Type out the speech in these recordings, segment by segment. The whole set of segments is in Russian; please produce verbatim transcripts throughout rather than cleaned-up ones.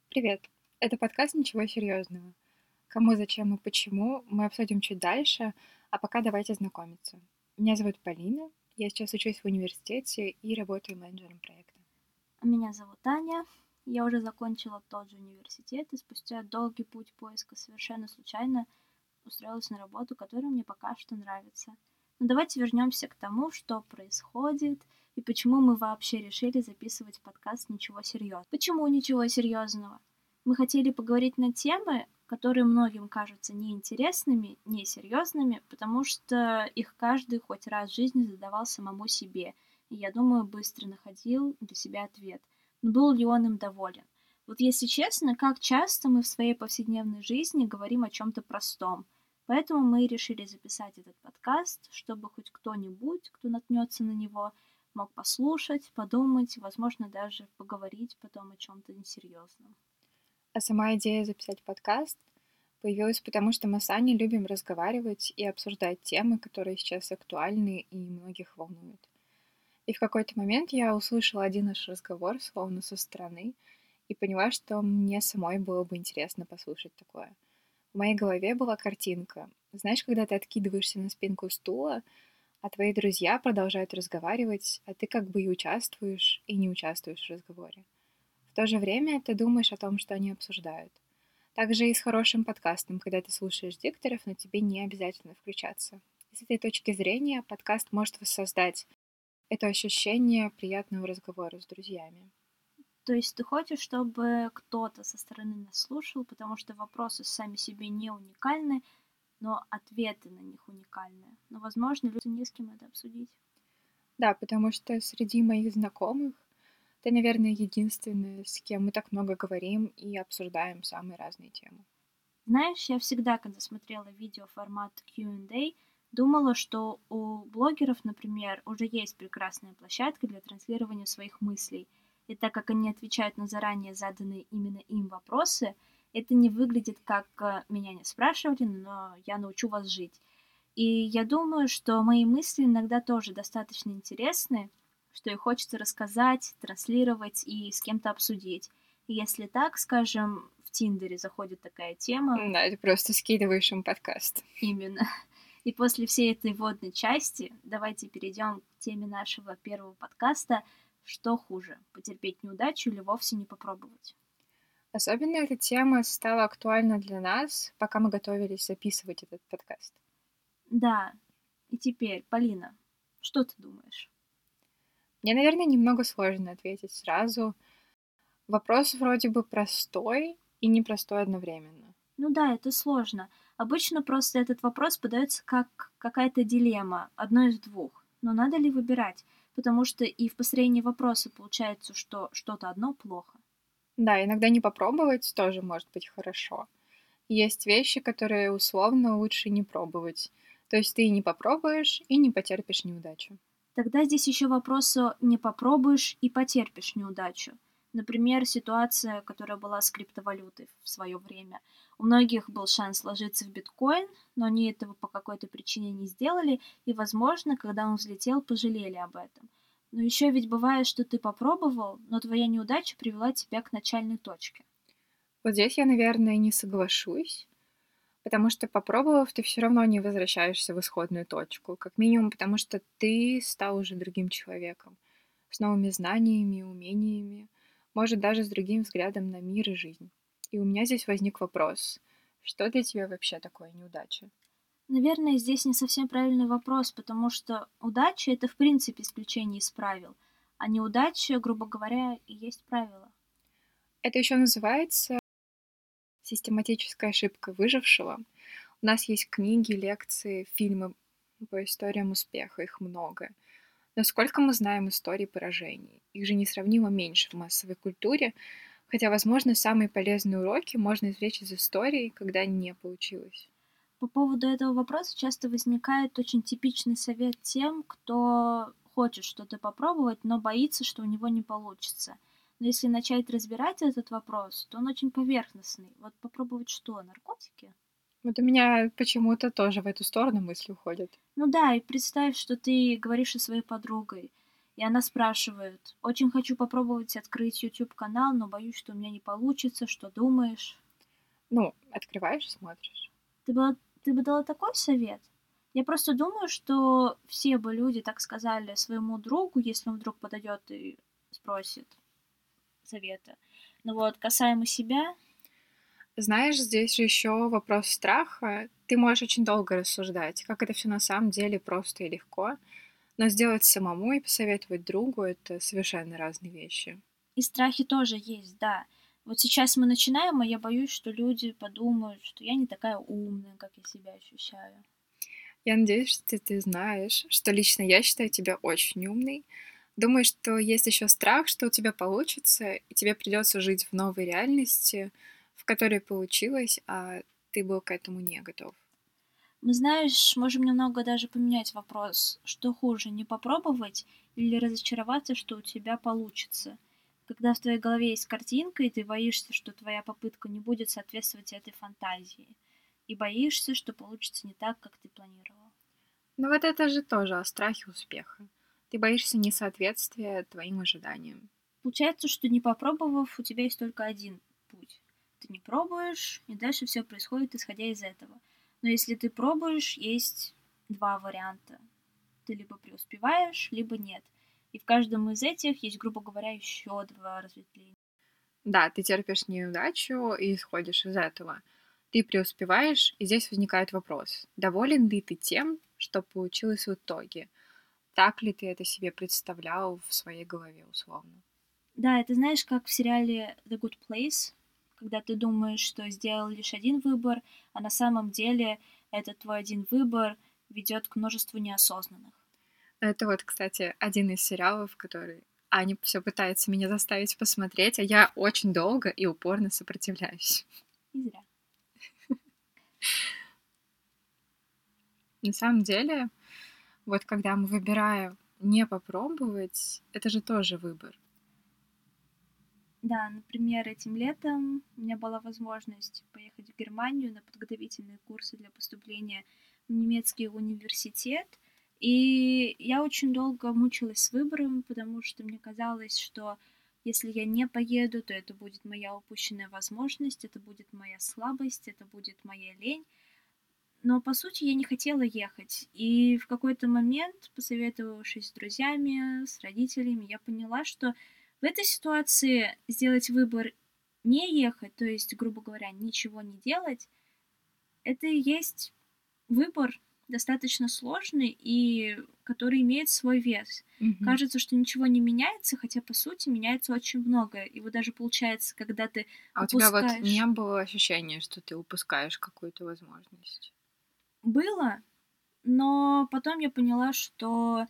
Привет! Это подкаст «Ничего серьезного». Кому, зачем и почему мы обсудим чуть дальше, а пока давайте знакомиться. Меня зовут Полина, я сейчас учусь в университете и работаю менеджером проекта. Меня зовут Аня. Я уже закончила тот же университет и спустя долгий путь поиска совершенно случайно устроилась на работу, которая мне пока что нравится. Но давайте вернемся к тому, что происходит и почему мы вообще решили записывать подкаст «Ничего серьезного». Почему ничего серьезного? Мы хотели поговорить на темы, которые многим кажутся неинтересными, несерьезными, потому что их каждый хоть раз в жизни задавал самому себе. И я думаю, быстро находил для себя ответ. Но был ли он им доволен? Вот если честно, как часто мы в своей повседневной жизни говорим о чем-то простом. Поэтому мы и решили записать этот подкаст, чтобы хоть кто-нибудь, кто наткнется на него, мог послушать, подумать, возможно, даже поговорить потом о чем-то несерьезном. А сама идея записать подкаст появилась потому, что мы с Аней любим разговаривать и обсуждать темы, которые сейчас актуальны и многих волнуют. И в какой-то момент я услышала один наш разговор, словно со стороны, и поняла, что мне самой было бы интересно послушать такое. В моей голове была картинка. Знаешь, когда ты откидываешься на спинку стула, а твои друзья продолжают разговаривать, а ты как бы и участвуешь, и не участвуешь в разговоре. В то же время ты думаешь о том, что они обсуждают. Также и с хорошим подкастом, когда ты слушаешь дикторов, но тебе не обязательно включаться. С этой точки зрения подкаст может воссоздать это ощущение приятного разговора с друзьями. То есть ты хочешь, чтобы кто-то со стороны нас слушал, потому что вопросы сами себе не уникальны, но ответы на них уникальные. Но, возможно, люди не с кем это обсудить. Да, потому что среди моих знакомых ты, наверное, единственная, с кем мы так много говорим и обсуждаем самые разные темы. Знаешь, я всегда, когда смотрела видео формат Q and A, думала, что у блогеров, например, уже есть прекрасная площадка для транслирования своих мыслей. И так как они отвечают на заранее заданные именно им вопросы, это не выглядит как э, «меня не спрашивали, но я научу вас жить». И я думаю, что мои мысли иногда тоже достаточно интересны, что их хочется рассказать, транслировать и с кем-то обсудить. И если так, скажем, в Тиндере заходит такая тема, Да, ты просто скидываешь им подкаст. именно. И после всей этой вводной части давайте перейдем к теме нашего первого подкаста. Что хуже, потерпеть неудачу или вовсе не попробовать? Особенно эта тема стала актуальна для нас, пока мы готовились записывать этот подкаст. Да, и теперь, Полина, что ты думаешь? Мне, наверное, немного сложно ответить сразу. Вопрос вроде бы простой и непростой одновременно. Ну да, это сложно. Обычно просто этот вопрос подается как какая-то дилемма, одно из двух. Но надо ли выбирать? Потому что и в построении вопроса получается, что что-то одно плохо. Да, иногда не попробовать тоже может быть хорошо. Есть вещи, которые условно лучше не пробовать. То есть ты и не попробуешь, и не потерпишь неудачу. Тогда здесь еще вопрос о «не попробуешь и потерпишь неудачу». Например, ситуация, которая была с криптовалютой в свое время. У многих был шанс вложиться в биткоин, но они этого по какой-то причине не сделали, и, возможно, когда он взлетел, пожалели об этом. Но еще ведь бывает, что ты попробовал, но твоя неудача привела тебя к начальной точке. Вот здесь я, наверное, не соглашусь, потому что попробовав, ты все равно не возвращаешься в исходную точку. Как минимум, потому что ты стал уже другим человеком, с новыми знаниями, умениями, может, даже с другим взглядом на мир и жизнь. И у меня здесь возник вопрос, что для тебя вообще такое неудача? Наверное, здесь не совсем правильный вопрос, потому что удача — это в принципе исключение из правил, а неудача, грубо говоря, и есть правило. Это еще называется систематическая ошибка выжившего. У нас есть книги, лекции, фильмы по историям успеха, их много. Но сколько мы знаем историй поражений? Их же несравнимо меньше в массовой культуре, хотя, возможно, самые полезные уроки можно извлечь из истории, когда не получилось. По поводу этого вопроса часто возникает очень типичный совет тем, кто хочет что-то попробовать, но боится, что у него не получится. Но если начать разбирать этот вопрос, то он очень поверхностный. Вот попробовать что? Наркотики? Вот у меня почему-то тоже в эту сторону мысли уходят. Ну да, и представь, что ты говоришь со своей подругой, И она спрашивает: "Очень хочу попробовать открыть YouTube-канал, но боюсь, что у меня не получится. Что думаешь?" Ну, открываешь и смотришь. Ты бы ты бы дала такой совет? Я просто думаю, что все бы люди так сказали своему другу, если он вдруг подойдет и спросит совета. Но вот касаемо себя, Знаешь, здесь же еще вопрос страха. Ты можешь очень долго рассуждать, как это все на самом деле просто и легко, но сделать самому и посоветовать другу — это совершенно разные вещи. и страхи тоже есть, да. Вот сейчас мы начинаем, а я боюсь, что люди подумают, что я не такая умная, как я себя ощущаю. Я надеюсь, что ты знаешь, что лично я считаю тебя очень умной. Думаю, что есть еще страх, что у тебя получится, и тебе придется жить в новой реальности, в которой получилось, а ты был к этому не готов. Мы, знаешь, можем немного даже поменять вопрос. Что хуже, не попробовать или разочароваться, что у тебя получится? Когда в твоей голове есть картинка, и ты боишься, что твоя попытка не будет соответствовать этой фантазии. И боишься, что получится не так, как ты планировал. Но вот это же тоже о страхе успеха. Ты боишься несоответствия твоим ожиданиям. Получается, что не попробовав, у тебя есть только один путь. Ты не пробуешь, и дальше все происходит исходя из этого. Но если ты пробуешь, есть два варианта. Ты либо преуспеваешь, либо нет. И в каждом из этих есть, грубо говоря, еще два разветвления. Да, ты терпишь неудачу и исходишь из этого. Ты преуспеваешь, и здесь возникает вопрос: доволен ли ты тем, что получилось в итоге? Так ли ты это себе представлял в своей голове условно? Да, это знаешь, как в сериале The Good Place, когда ты думаешь, что сделал лишь один выбор, а на самом деле этот твой один выбор ведет к множеству неосознанных. Это вот, кстати, один из сериалов, который Аня все пытается меня заставить посмотреть, а я очень долго и упорно сопротивляюсь. И зря. На самом деле, вот когда мы выбираем не попробовать, это же тоже выбор. Да, например, этим летом у меня была возможность поехать в Германию на подготовительные курсы для поступления в немецкий университет. И я очень долго мучилась с выбором, потому что мне казалось, что если я не поеду, то это будет моя упущенная возможность, это будет моя слабость, это будет моя лень. Но по сути я не хотела ехать. И в какой-то момент, посоветовавшись с друзьями, с родителями, я поняла, что в этой ситуации сделать выбор не ехать, то есть, грубо говоря, ничего не делать, это и есть выбор достаточно сложный и который имеет свой вес. Мгм. Кажется, что ничего не меняется, хотя по сути меняется очень многое. И вот даже получается, когда ты А у тебя вот не упускаешь... было ощущения, что ты упускаешь какую-то возможность? Было, но потом я поняла, что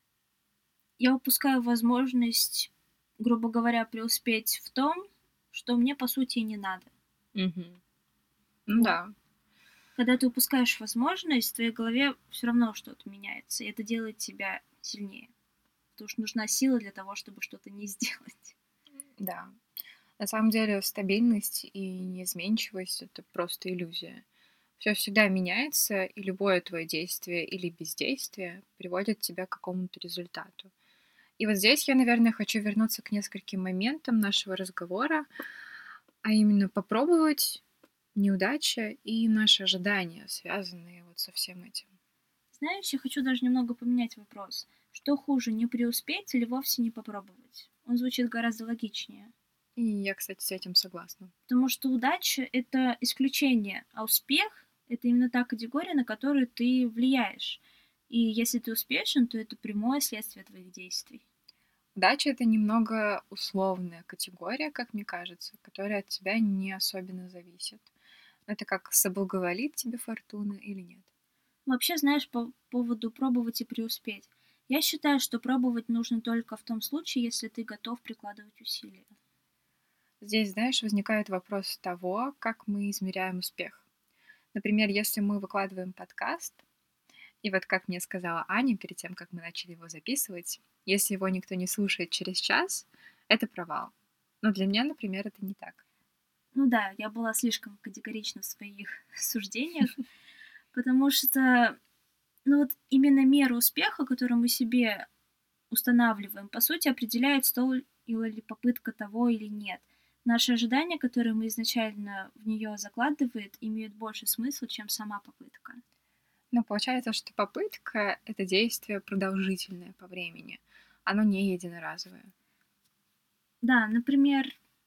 я упускаю возможность, грубо говоря, преуспеть в том, что мне по сути и не надо. Мгм. Ну Вот. да. Когда ты упускаешь возможность, в твоей голове все равно что-то меняется, и это делает тебя сильнее. Потому что нужна сила для того, чтобы что-то не сделать. Да. На самом деле стабильность и неизменчивость — это просто иллюзия. Все всегда меняется, и любое твое действие или бездействие приводит тебя к какому-то результату. И вот здесь я, наверное, хочу вернуться к нескольким моментам нашего разговора, а именно попробовать, неудача и наши ожидания, связанные вот со всем этим. Знаешь, я хочу даже немного поменять вопрос. Что хуже, не преуспеть или вовсе не попробовать? Он звучит гораздо логичнее. И я, кстати, с этим согласна. Потому что удача — это исключение, а успех — это именно та категория, на которую ты влияешь. И если ты успешен, то это прямое следствие твоих действий. Удача — это немного условная категория, как мне кажется, которая от тебя не особенно зависит. Это как соблаговолит тебе фортуна или нет. Вообще, знаешь, по поводу пробовать и преуспеть. Я считаю, что пробовать нужно только в том случае, если ты готов прикладывать усилия. Здесь, знаешь, возникает вопрос того, как мы измеряем успех. Например, если мы выкладываем подкаст, и вот как мне сказала Аня перед тем, как мы начали его записывать, если его никто не слушает через час, это провал. Но для меня, например, это не так. Ну да, я была слишком категорична в своих суждениях, потому что, ну вот именно мера успеха, которую мы себе устанавливаем, по сути, определяет, стоила ли попытка того или нет. Наши ожидания, которые мы изначально в нее закладываем, имеют больше смысла, чем сама попытка. Но получается, что попытка — это действие продолжительное по времени. Оно не единоразовое. Да, например,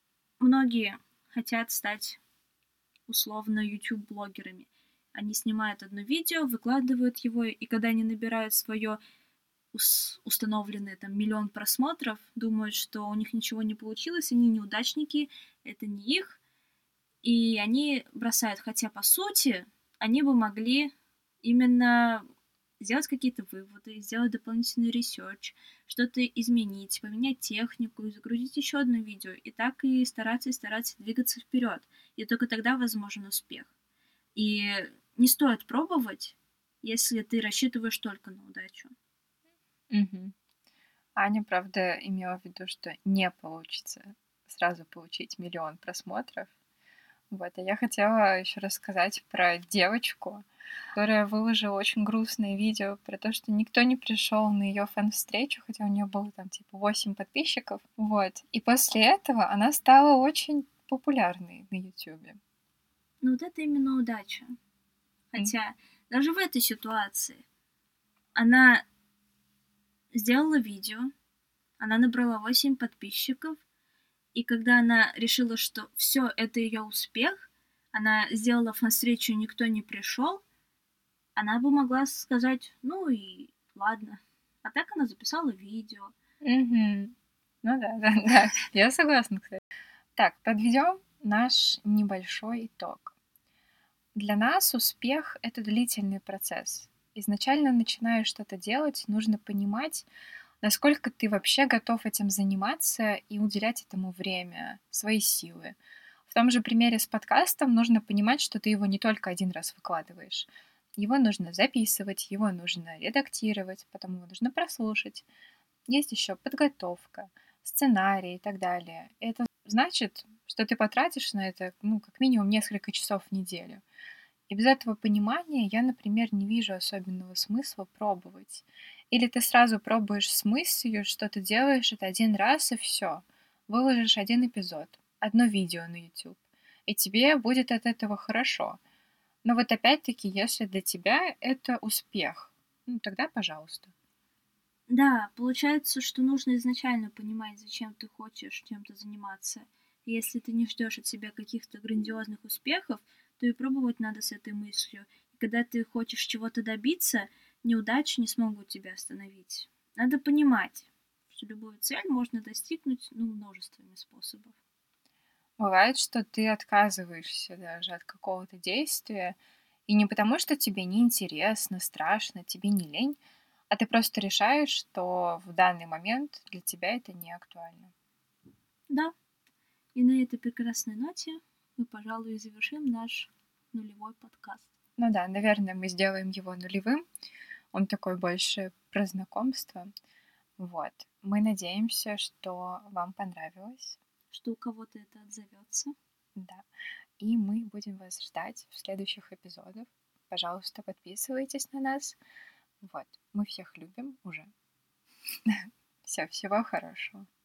многие хотят стать условно YouTube-блогерами. Они снимают одно видео, выкладывают его, и когда они набирают свое установленные там миллион просмотров, думают, что у них ничего не получилось, они неудачники, это не их, и они бросают. Хотя, по сути, они бы могли именно сделать какие-то выводы, сделать дополнительный ресерч, что-то изменить, поменять технику и загрузить еще одно видео. И так и стараться и стараться двигаться вперед. И только тогда возможен успех. И не стоит пробовать, если ты рассчитываешь только на удачу. Угу. Аня, правда, имела в виду, что не получится сразу получить миллион просмотров. Вот, а я хотела еще рассказать про девочку, которая выложила очень грустное видео про то, что никто не пришел на ее фан-встречу, хотя у нее было там типа восемь подписчиков. Вот. И после этого она стала очень популярной на Ютубе. Ну вот это именно удача. Хотя mm. даже в этой ситуации она сделала видео, она набрала восемь подписчиков, и когда она решила, что все это ее успех, она сделала фан-встречу, никто не пришел, она бы могла сказать, ну и ладно. А так она записала видео. Угу. Ну да, да, да. Я согласна, кстати. Так, подведем наш небольшой итог. Для нас успех — это длительный процесс. Изначально начиная что-то делать, нужно понимать, насколько ты вообще готов этим заниматься и уделять этому время, свои силы. В том же примере с подкастом нужно понимать, что ты его не только один раз выкладываешь. Его нужно записывать, его нужно редактировать, потом его нужно прослушать. Есть еще подготовка, сценарий и так далее. Это значит, что ты потратишь на это, ну, как минимум несколько часов в неделю. И без этого понимания я, например, не вижу особенного смысла пробовать. Или ты сразу пробуешь с мыслью, что ты делаешь это один раз и все. Выложишь один эпизод, одно видео на YouTube, и тебе будет от этого хорошо. Но вот опять-таки, если для тебя это успех, ну тогда пожалуйста. Да, получается, что нужно изначально понимать, зачем ты хочешь чем-то заниматься. И если ты не ждешь от себя каких-то грандиозных успехов, то и пробовать надо с этой мыслью. И когда ты хочешь чего-то добиться, неудачи не смогут тебя остановить. Надо понимать, что любую цель можно достигнуть, ну, множествами способов. Бывает, что ты отказываешься даже от какого-то действия, и не потому, что тебе неинтересно, страшно, тебе не лень, а ты просто решаешь, что в данный момент для тебя это не актуально. Да. И на этой прекрасной ноте мы, пожалуй, завершим наш нулевой подкаст. Ну да, наверное, мы сделаем его нулевым. Он такой больше про знакомство. Вот. Мы надеемся, что вам понравилось. Что у кого-то это отзовется. Да. И мы будем вас ждать в следующих эпизодах. Пожалуйста, подписывайтесь на нас. Вот. Мы всех любим уже. Все, всего хорошего.